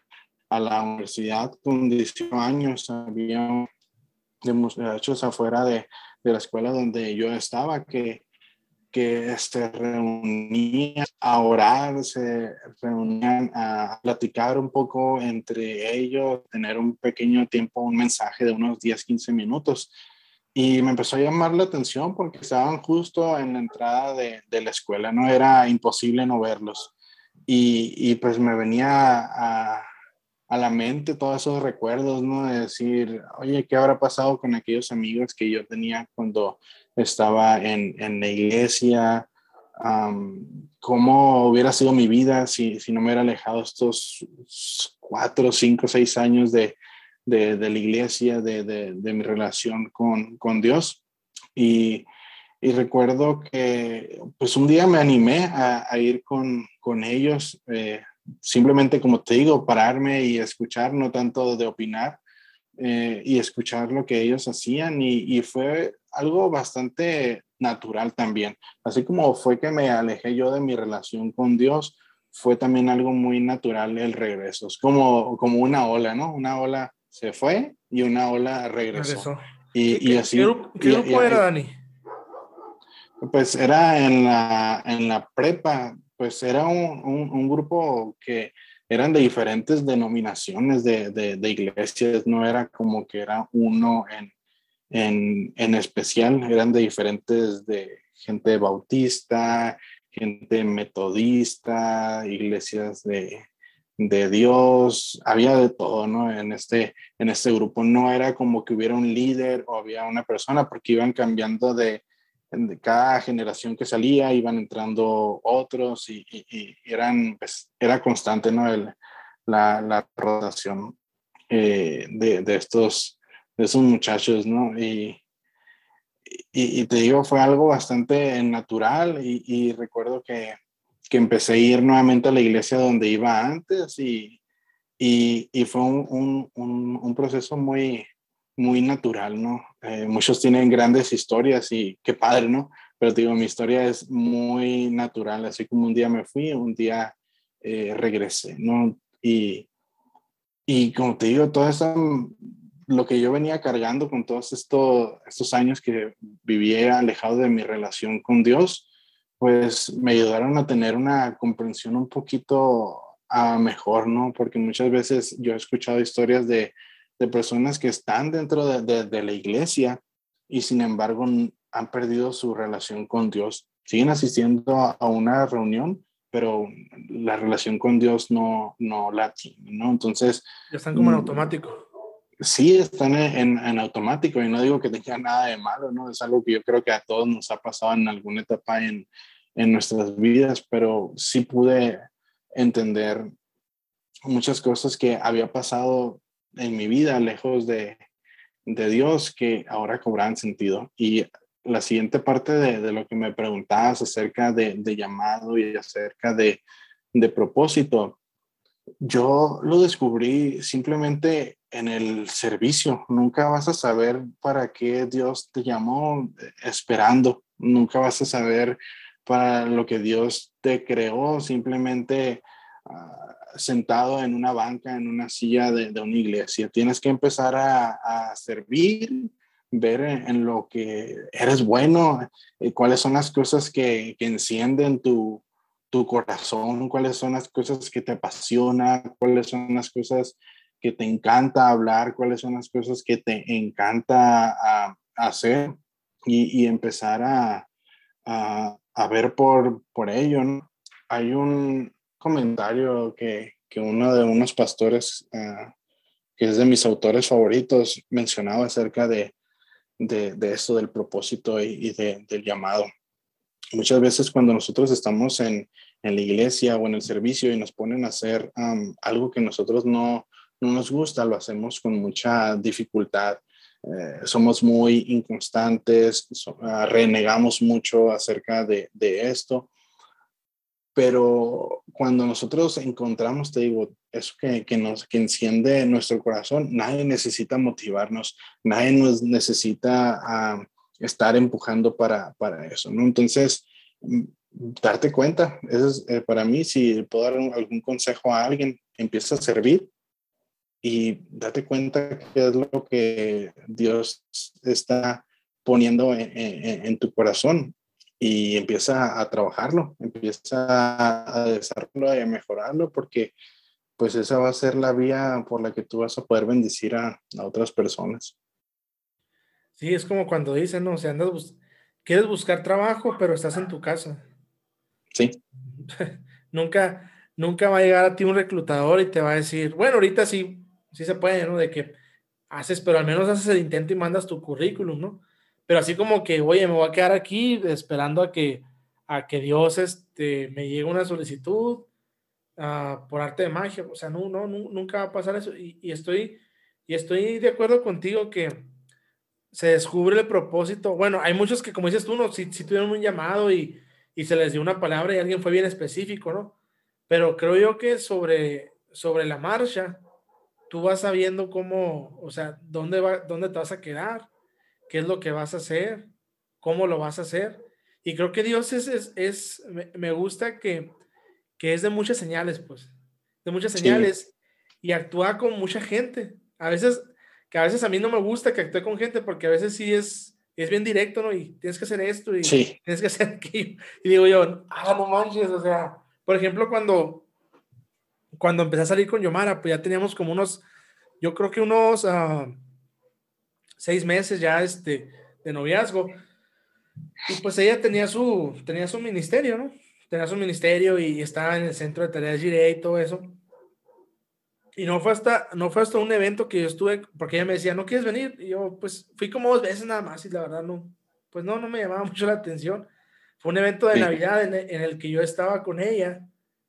a la universidad con dieciocho años. Había de muchachos afuera de, de la escuela donde yo estaba que, que se reunían a orar, se reunían a platicar un poco entre ellos, tener un pequeño tiempo, un mensaje de unos diez, quince minutos. Y me empezó a llamar la atención porque estaban justo en la entrada de, de la escuela, no era imposible no verlos. Y, y pues me venía a, a la mente todos esos recuerdos, ¿no? De decir, oye, ¿qué habrá pasado con aquellos amigos que yo tenía cuando estaba en, en la iglesia? Um, ¿Cómo hubiera sido mi vida si, si no me hubiera alejado estos cuatro, cinco, seis años de, de, de la iglesia, de, de, de mi relación con, con Dios? Y, y recuerdo que pues un día me animé a, a ir con, con ellos, eh, simplemente, como te digo, pararme y escuchar, no tanto de opinar, eh, y escuchar lo que ellos hacían, y, y fue algo bastante natural también. Así como fue que me alejé yo de mi relación con Dios, fue también algo muy natural el regreso. Es como, como una ola, ¿no? Una ola se fue y una ola regresó. Regresó. ¿Qué, Y, y qué, qué así, grupo, qué y, grupo y, era, Dani? pues era en la, en la prepa, pues era un, un, un grupo que eran de diferentes denominaciones de, de, de iglesias, no era como que era uno en, en, en especial, eran de diferentes, de gente bautista, gente metodista, iglesias de, de Dios, había de todo, ¿no? En este, en este grupo no era como que hubiera un líder o había una persona, porque iban cambiando de, de cada generación que salía, iban entrando otros y, y, y eran, pues, era constante, ¿no? El, la, la rotación eh, de, de, estos, de esos muchachos, ¿no? Y, y, y te digo, fue algo bastante natural y, y recuerdo que, que empecé a ir nuevamente a la iglesia donde iba antes y, y, y fue un, un, un, un proceso muy, muy natural, ¿no? Eh, muchos tienen grandes historias y qué padre, ¿no? Pero te digo, mi historia es muy natural, así como un día me fui, un día eh, regresé, ¿no? Y, y como te digo, todo eso, lo que yo venía cargando con todos esto, estos años que vivía alejado de mi relación con Dios, pues me ayudaron a tener una comprensión un poquito uh, mejor, ¿no? Porque muchas veces yo he escuchado historias de, de personas que están dentro de, de, de la iglesia y sin embargo han perdido su relación con Dios. Siguen asistiendo a, a una reunión, pero la relación con Dios no, no la tienen, ¿no? Entonces, Ya están como en automático. sí, están en, en, en automático y no digo que tenga nada de malo, ¿no? Es algo que yo creo que a todos nos ha pasado en alguna etapa en, en nuestras vidas, pero sí pude entender muchas cosas que había pasado en mi vida lejos de, de Dios que ahora cobran sentido. Y la siguiente parte de, de lo que me preguntabas acerca de, de llamado y acerca de, de propósito, yo lo descubrí simplemente en el servicio. Nunca vas a saber para qué Dios te llamó esperando. Nunca vas a saber para lo que Dios te creó simplemente uh, sentado en una banca, en una silla de, de una iglesia. Tienes que empezar a, a servir, ver en, en lo que eres bueno, eh, cuáles son las cosas que, que encienden tu tu corazón, cuáles son las cosas que te apasionan, cuáles son las cosas que te encanta hablar, cuáles son las cosas que te encanta uh, hacer y, y empezar a, a, a ver por, por ello, ¿no? Hay un comentario que, que uno de unos pastores, uh, que es de mis autores favoritos, mencionaba acerca de, de, de esto del propósito y, y de, del llamado. Muchas veces cuando nosotros estamos en, en la iglesia o en el servicio y nos ponen a hacer um, algo que nosotros no, no nos gusta, lo hacemos con mucha dificultad. Eh, somos muy inconstantes, so, uh, renegamos mucho acerca de, de esto. Pero cuando nosotros encontramos, te digo, eso que, que, nos, que enciende nuestro corazón, nadie necesita motivarnos, nadie nos necesita uh, estar empujando para, para eso, ¿no? Entonces, darte cuenta, eso es, eh, para mí, si puedo dar un, algún consejo a alguien, empieza a servir, y date cuenta que es lo que Dios está poniendo en, en, en tu corazón y empieza a trabajarlo, empieza a desarrollarlo y a mejorarlo porque pues esa va a ser la vía por la que tú vas a poder bendecir a, a otras personas. Sí, es como cuando dicen, ¿no? O sea, andas bus- quieres buscar trabajo, pero estás en tu casa. Sí. Nunca, nunca va a llegar a ti un reclutador y te va a decir, bueno, ahorita sí, sí se puede, ¿no? De que haces, pero al menos haces el intento y mandas tu currículum, ¿no? Pero así como que, oye, me voy a quedar aquí esperando a que, a que Dios este, me llegue una solicitud uh, por arte de magia. O sea, no, no, no, nunca va a pasar eso. Y, y, estoy, y estoy de acuerdo contigo que se descubre el propósito. Bueno, hay muchos que, como dices tú, no, si, si tuvieron un llamado y, y se les dio una palabra y alguien fue bien específico, ¿no? Pero creo yo que sobre, sobre la marcha, tú vas sabiendo cómo, o sea, dónde, va, dónde te vas a quedar, qué es lo que vas a hacer, cómo lo vas a hacer. Y creo que Dios es, es, es me, me gusta que, que es de muchas señales, pues, de muchas Sí. señales y actúa con mucha gente. A veces, que a veces a mí no me gusta que actúe con gente porque a veces sí es, es bien directo, ¿no? Y tienes que hacer esto y Sí. tienes que hacer aquello. Y digo yo, ah, no manches, o sea, por ejemplo, cuando, cuando empecé a salir con Yomara, pues ya teníamos como unos, yo creo que unos uh, seis meses ya este, de noviazgo. Y pues ella tenía su, tenía su ministerio, ¿no? Tenía su ministerio y estaba en el centro de tareas Jiré y todo eso. Y no fue hasta, no fue hasta un evento que yo estuve, porque ella me decía, ¿no quieres venir? Y yo, pues, fui como dos veces nada más y la verdad no, pues no, no me llamaba mucho la atención. Fue un evento de Sí. Navidad en, en el que yo estaba con ella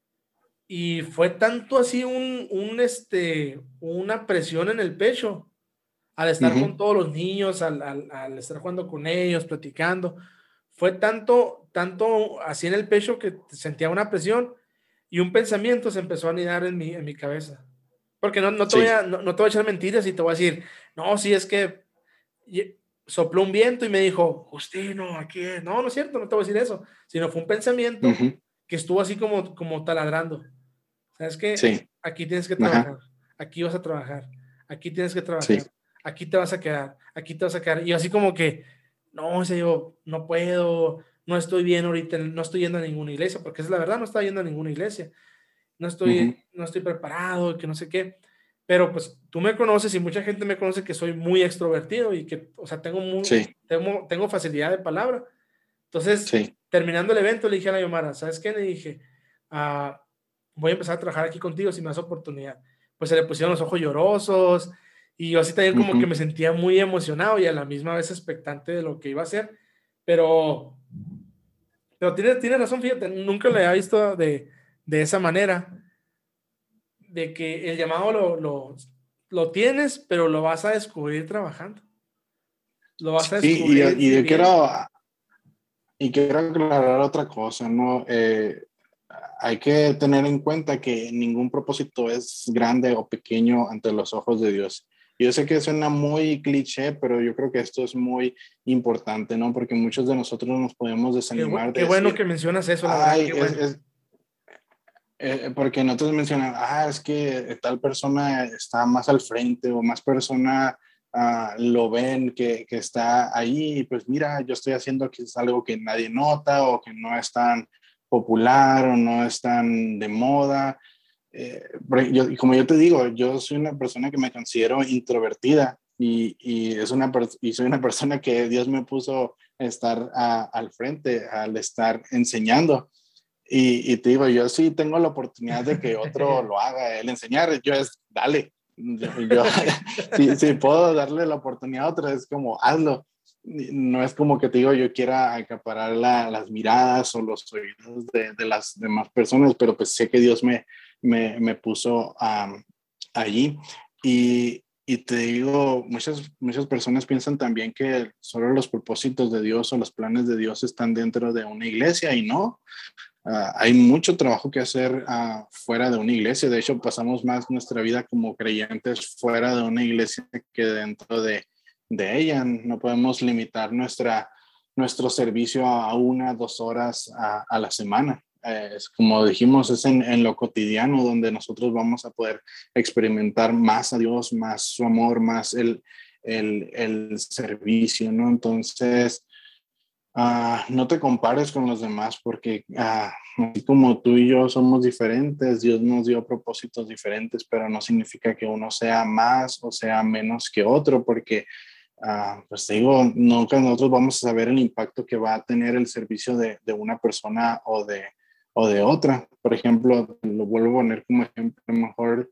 y fue tanto así un, un, este, una presión en el pecho al estar con Uh-huh. todos los niños, al, al, al estar jugando con ellos, platicando. Fue tanto, tanto así en el pecho que sentía una presión y un pensamiento se empezó a anidar en mi, en mi cabeza. Porque no, no, te voy Sí. a, no, no te voy a echar mentiras y te voy a decir, no, si es que sopló un viento y me dijo, Justino, aquí es. No, no es cierto, no te voy a decir eso, sino fue un pensamiento Uh-huh. que estuvo así como, como taladrando. ¿Sabes qué? Sí. Aquí tienes que Ajá. trabajar, aquí vas a trabajar, aquí tienes que Sí. trabajar, aquí te vas a quedar, aquí te vas a quedar. Y yo así como que, no, o sea, yo no puedo, no estoy bien ahorita, no estoy yendo a ninguna iglesia, porque es la verdad, no estaba yendo a ninguna iglesia. No Uh-huh. estoy, no estoy preparado, que no sé qué. Pero pues tú me conoces y mucha gente me conoce que soy muy extrovertido y que, o sea, tengo, muy, Sí. tengo, tengo facilidad de palabra. Entonces, Sí. terminando el evento, le dije a la Yomara, ¿sabes qué? Le dije, ah, voy a empezar a trabajar aquí contigo si me das oportunidad. Pues se le pusieron los ojos llorosos y yo así también como que Uh-huh. me sentía muy emocionado y a la misma vez expectante de lo que iba a hacer. Pero, pero tiene, tiene razón, fíjate, nunca lo había visto de, de esa manera, de que el llamado lo, lo, lo tienes, pero lo vas a descubrir trabajando. Lo vas a Sí, y, descubrir y yo sirviendo. quiero, y quiero aclarar otra cosa, ¿no? Eh, hay que tener en cuenta que ningún propósito es grande o pequeño ante los ojos de Dios. Yo sé que suena muy cliché, pero yo creo que esto es muy importante, ¿no? Porque muchos de nosotros nos podemos Qué, bu desanimar de qué bueno decir, que mencionas eso, la verdad, ay, qué es, bueno. es eh, porque nosotros mencionan, ah, es que tal persona está más al frente o más persona uh, lo ven que, que está ahí, y pues mira, yo estoy haciendo quizás algo que nadie nota o que no es tan popular o no es tan de moda. Eh, yo, y como yo te digo, yo soy una persona que me considero introvertida y, y, es una, y soy una persona que Dios me puso a estar a, al frente, al estar enseñando. Y, y te digo, yo sí tengo la oportunidad de que otro lo haga, el enseñar, yo es, dale, yo, yo si, si puedo darle la oportunidad a otro, es como, hazlo. No es como que te digo, yo quiera acaparar la, las miradas o los oídos de, de las demás personas, pero pues sé que Dios me, me, me puso um, allí. Y, y te digo, muchas, muchas personas piensan también que solo los propósitos de Dios o los planes de Dios están dentro de una iglesia y no. Uh, hay mucho trabajo que hacer uh, fuera de una iglesia. De hecho, pasamos más nuestra vida como creyentes fuera de una iglesia que dentro de, de ella. No podemos limitar nuestra, nuestro servicio a una, dos horas a, a la semana. eh, es como dijimos, es en, en lo cotidiano donde nosotros vamos a poder experimentar más a Dios, más su amor, más el, el, el servicio, ¿no? Entonces, Uh, no te compares con los demás porque uh, así como tú y yo somos diferentes, Dios nos dio propósitos diferentes, pero no significa que uno sea más o sea menos que otro, porque uh, pues te digo, nunca nosotros vamos a saber el impacto que va a tener el servicio de, de una persona o de, o de otra. Por ejemplo, lo vuelvo a poner como ejemplo, mejor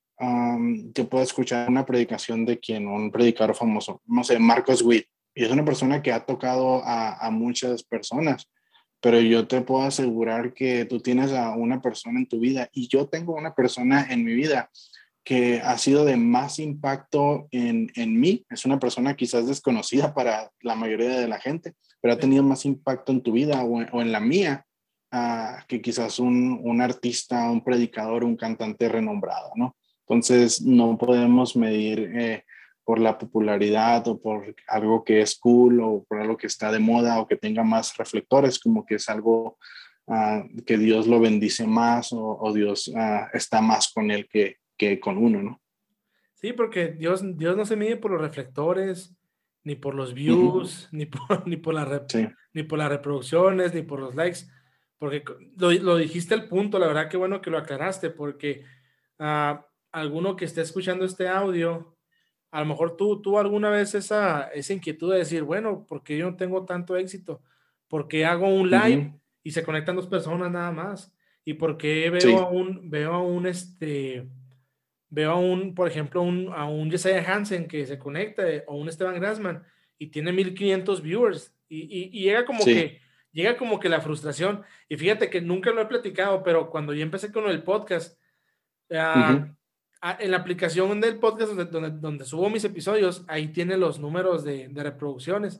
um, yo puedo escuchar una predicación de quien, un predicador famoso, no sé, Marcos Witt. Y es una persona que ha tocado a, a muchas personas, pero yo te puedo asegurar que tú tienes a una persona en tu vida y yo tengo una persona en mi vida que ha sido de más impacto en, en mí. Es una persona quizás desconocida para la mayoría de la gente, pero ha tenido más impacto en tu vida o en, o en la mía uh, que quizás un, un artista, un predicador, un cantante renombrado, ¿no? Entonces no podemos medir... Eh, por la popularidad o por algo que es cool o por algo que está de moda o que tenga más reflectores, como que es algo uh, que Dios lo bendice más o, o Dios uh, está más con él que, que con uno, ¿no? Sí, porque Dios, Dios no se mide por los reflectores, ni por los views, uh-huh. ni, por, ni, por la rep, sí. ni por las reproducciones, ni por los likes, porque lo, lo dijiste al punto, la verdad que bueno que lo aclaraste, porque uh, alguno que esté escuchando este audio, a lo mejor tú, tú alguna vez esa, esa inquietud de decir, bueno, ¿por qué yo no tengo tanto éxito? ¿Por qué hago un live uh-huh. y se conectan dos personas nada más? ¿Y por qué veo sí. a un, veo a un, este, veo a un, por ejemplo, un, a un Josiah Hansen que se conecta o un Esteban Grassman y tiene mil quinientos viewers y, y, y llega como sí. que, llega como que la frustración. Y fíjate que nunca lo he platicado, pero cuando yo empecé con el podcast, uh, uh-huh. en la aplicación del podcast donde, donde, donde subo mis episodios, ahí tiene los números de, de reproducciones.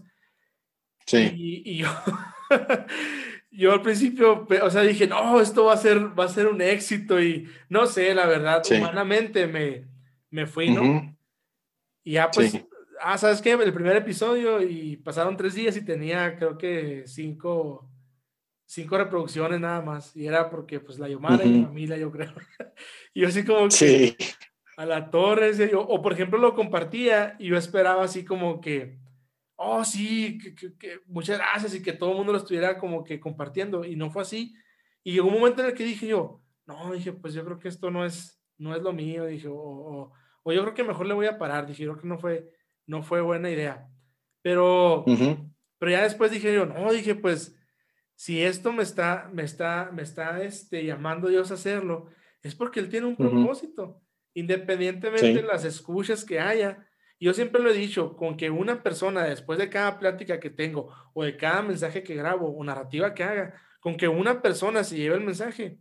Sí. Y, y yo, yo al principio, o sea, dije, no, esto va a ser, va a ser un éxito y no sé, la verdad, sí. humanamente me, me fui, ¿no? Uh-huh. Y ya pues, sí. ah, ¿sabes qué? El primer episodio y pasaron tres días y tenía creo que cinco, cinco reproducciones nada más. Y era porque pues la Yomara uh-huh. y mi familia, yo creo. Y yo así como que sí. a la torre, yo, o por ejemplo lo compartía y yo esperaba así como que, oh sí, que, que, que muchas gracias y que todo el mundo lo estuviera como que compartiendo y no fue así. Y llegó un momento en el que dije yo, no, dije, pues yo creo que esto no es, no es lo mío, dije, o, o, o yo creo que mejor le voy a parar, dije, yo creo que no fue, no fue buena idea. Pero, uh-huh. pero ya después dije yo, no, dije, pues si esto me está, me está, me está este, llamando Dios a hacerlo, es porque Él tiene un propósito, uh-huh. independientemente sí. de las escuchas que haya. Yo siempre lo he dicho, con que una persona después de cada plática que tengo o de cada mensaje que grabo o narrativa que haga, con que una persona se lleve el mensaje,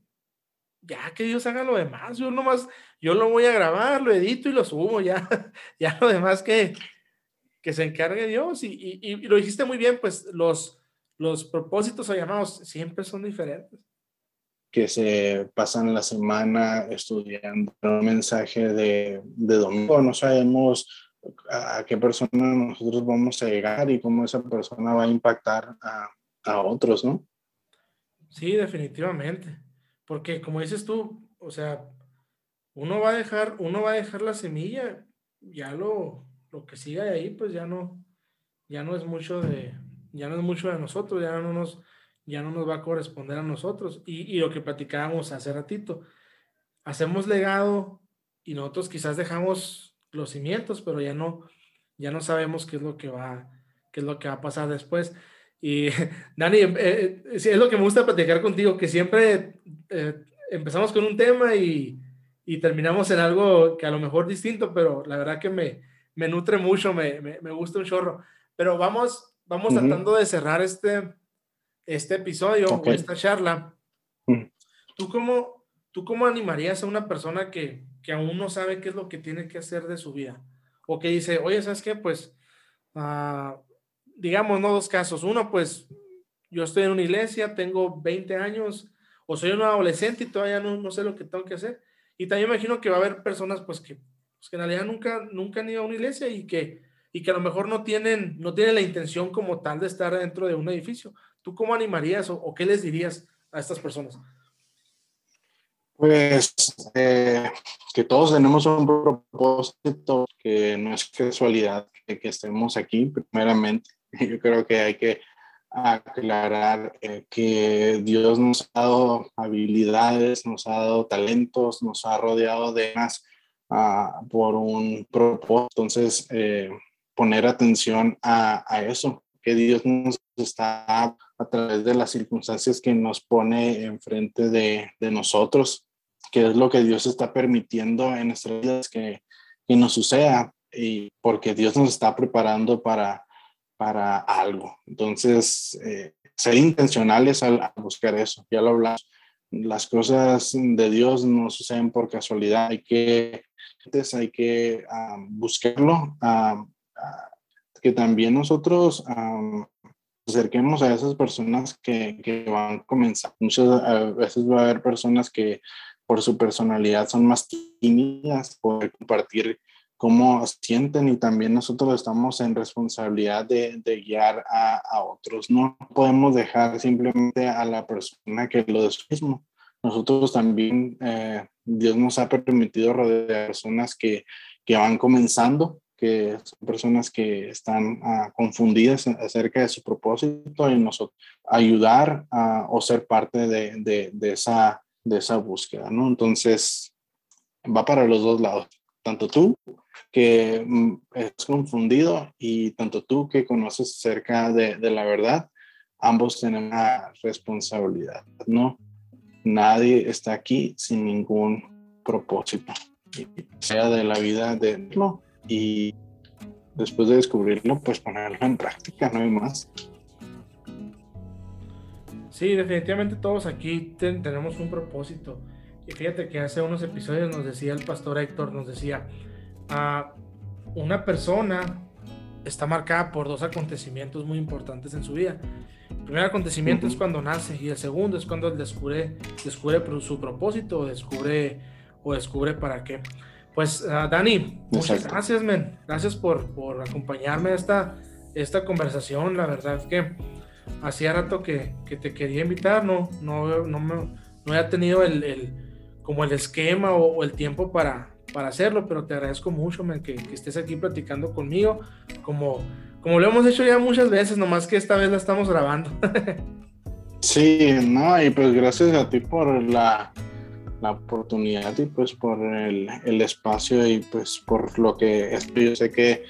ya que Dios haga lo demás, yo nomás, yo lo voy a grabar, lo edito y lo subo, ya, ya lo demás que, que se encargue Dios. Y, y, y lo dijiste muy bien, pues los, los propósitos o llamados siempre son diferentes. Que se pasan la semana estudiando un mensaje de, de domingo, no sabemos a qué persona nosotros vamos a llegar y cómo esa persona va a impactar a, a otros, ¿no? Sí, definitivamente, porque como dices tú, o sea, uno va a dejar, uno va a dejar la semilla, ya lo, lo que siga de ahí, pues ya no, ya no es mucho de, ya no es mucho de nosotros, ya no nos, ya no nos va a corresponder a nosotros. Y, y lo que platicábamos hace ratito, hacemos legado y nosotros quizás dejamos los cimientos, pero ya no, ya no sabemos qué es lo que va, qué es lo que va a pasar después. Y Dani, eh, es lo que me gusta platicar contigo, que siempre eh, empezamos con un tema y, y terminamos en algo que a lo mejor distinto, pero la verdad que me, me nutre mucho, me, me, me gusta un chorro. Pero vamos, vamos uh-huh. tratando de cerrar este, este episodio okay. o esta charla. Uh-huh. ¿Tú cómo, ¿Tú cómo animarías a una persona que, que aún no sabe qué es lo que tiene que hacer de su vida? O que dice, oye, ¿sabes qué? Pues, uh, digamos, no dos casos. Uno, pues, yo estoy en una iglesia, tengo veinte años, o soy un adolescente y todavía no, no sé lo que tengo que hacer. Y también imagino que va a haber personas, pues, que, pues, que en realidad nunca, nunca han ido a una iglesia y que, y que a lo mejor no tienen, no tienen la intención como tal de estar dentro de un edificio. ¿Tú cómo animarías o, o qué les dirías a estas personas? Pues eh, que todos tenemos un propósito, que no es casualidad que, que estemos aquí, primeramente. Yo creo que hay que aclarar eh, que Dios nos ha dado habilidades, nos ha dado talentos, nos ha rodeado de más uh, por un propósito. Entonces, eh, poner atención a, a eso, que Dios nos está a través de las circunstancias que nos pone enfrente de, de nosotros, que es lo que Dios está permitiendo en nuestras vidas que, que nos suceda, y porque Dios nos está preparando para, para algo. Entonces, eh, ser intencionales al, al buscar eso. Ya lo hablamos. Las cosas de Dios no suceden por casualidad. Hay que, hay que um, buscarlo. Um, uh, que también nosotros um, acerquemos a esas personas que, que van a comenzar. Muchas veces va a haber personas que por su personalidad son más tímidas, por compartir cómo sienten, y también nosotros estamos en responsabilidad de, de guiar a, a otros. No podemos dejar simplemente a la persona que lo de su mismo. Nosotros también, eh, Dios nos ha permitido rodear de personas que, que van comenzando, que son personas que están uh, confundidas acerca de su propósito, y nosotros ayudar uh, o ser parte de, de, de, esa, de esa búsqueda, ¿no? Entonces, va para los dos lados. Tanto tú, que mm, es confundido, y tanto tú que conoces acerca de, de la verdad, ambos tenemos una responsabilidad, ¿no? Nadie está aquí sin ningún propósito, sea de la vida de no. Y después de descubrirlo, pues ponerlo en práctica, no hay más. Sí, definitivamente todos aquí ten, tenemos un propósito. Y fíjate que hace unos episodios nos decía el pastor Héctor, nos decía, uh, una persona está marcada por dos acontecimientos muy importantes en su vida. El primer acontecimiento uh-huh. es cuando nace, y el segundo es cuando él descubre, descubre su propósito, o descubre, o descubre para qué. Pues, uh, Dani, muchas Exacto. gracias, men. Gracias por, por acompañarme a esta, esta conversación. La verdad que hacía rato que, que te quería invitar, no, no, no, me, no había tenido el, el, como el esquema o, o el tiempo para, para hacerlo, pero te agradezco mucho, men, que, que estés aquí platicando conmigo, como, como lo hemos hecho ya muchas veces, nomás que esta vez la estamos grabando. Sí, no, y pues gracias a ti por la... la oportunidad, y pues por el, el espacio, y pues por lo que esto, yo sé que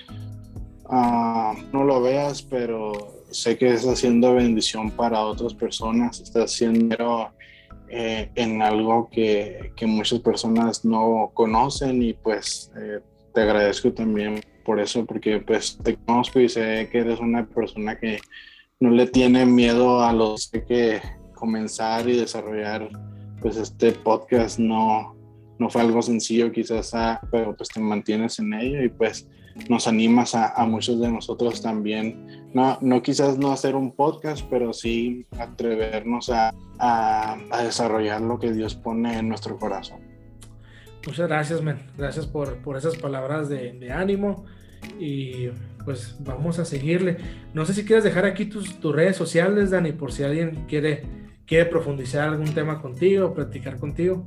uh, no lo veas, pero sé que estás haciendo bendición para otras personas, estás haciendo eh, en algo que, que muchas personas no conocen, y pues eh, te agradezco también por eso, porque pues te conozco y sé que eres una persona que no le tiene miedo a los que comenzar y desarrollar. Pues este podcast no, no fue algo sencillo quizás, a, pero pues te mantienes en ello, y pues nos animas a, a muchos de nosotros también, no, no quizás no hacer un podcast, pero sí atrevernos a, a, a desarrollar lo que Dios pone en nuestro corazón. Muchas gracias, men. Gracias por, por esas palabras de, de ánimo, y pues vamos a seguirle. No sé si quieres dejar aquí tus, tus redes sociales, Dani, por si alguien quiere quiere profundizar algún tema contigo, platicar contigo.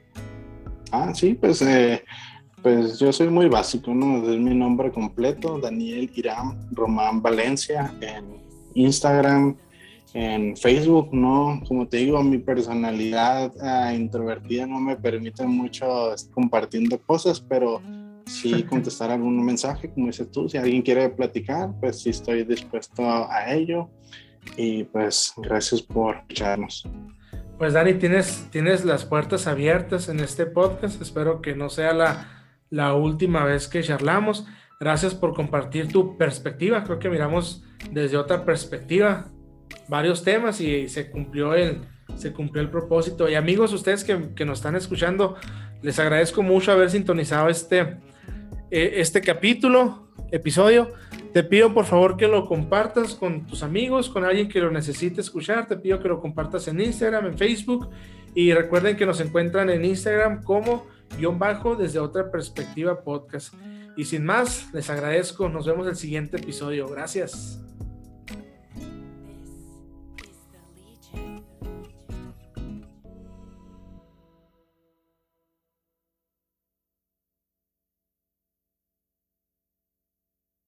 Ah, sí, pues, eh, pues yo soy muy básico, ¿no? Es mi nombre completo, Daniel Hiram Román Valencia, en Instagram, en Facebook, ¿no? Como te digo, mi personalidad uh, introvertida no me permite mucho estar compartiendo cosas, pero sí contestar algún mensaje, como dices tú, si alguien quiere platicar, pues sí estoy dispuesto a ello. Y pues gracias por escucharnos. Pues Dani, tienes, tienes las puertas abiertas en este podcast. Espero que no sea la, la última vez que charlamos. Gracias por compartir tu perspectiva. Creo que miramos desde otra perspectiva varios temas, y se cumplió el, se cumplió el propósito. Y amigos, ustedes que, que nos están escuchando, les agradezco mucho haber sintonizado este, este capítulo, episodio. Te pido por favor que lo compartas con tus amigos, con alguien que lo necesite escuchar. Te pido que lo compartas en Instagram, en Facebook, y recuerden que nos encuentran en Instagram como guión bajo desde otra perspectiva podcast. Y sin más, les agradezco. Nos vemos en el siguiente episodio. Gracias.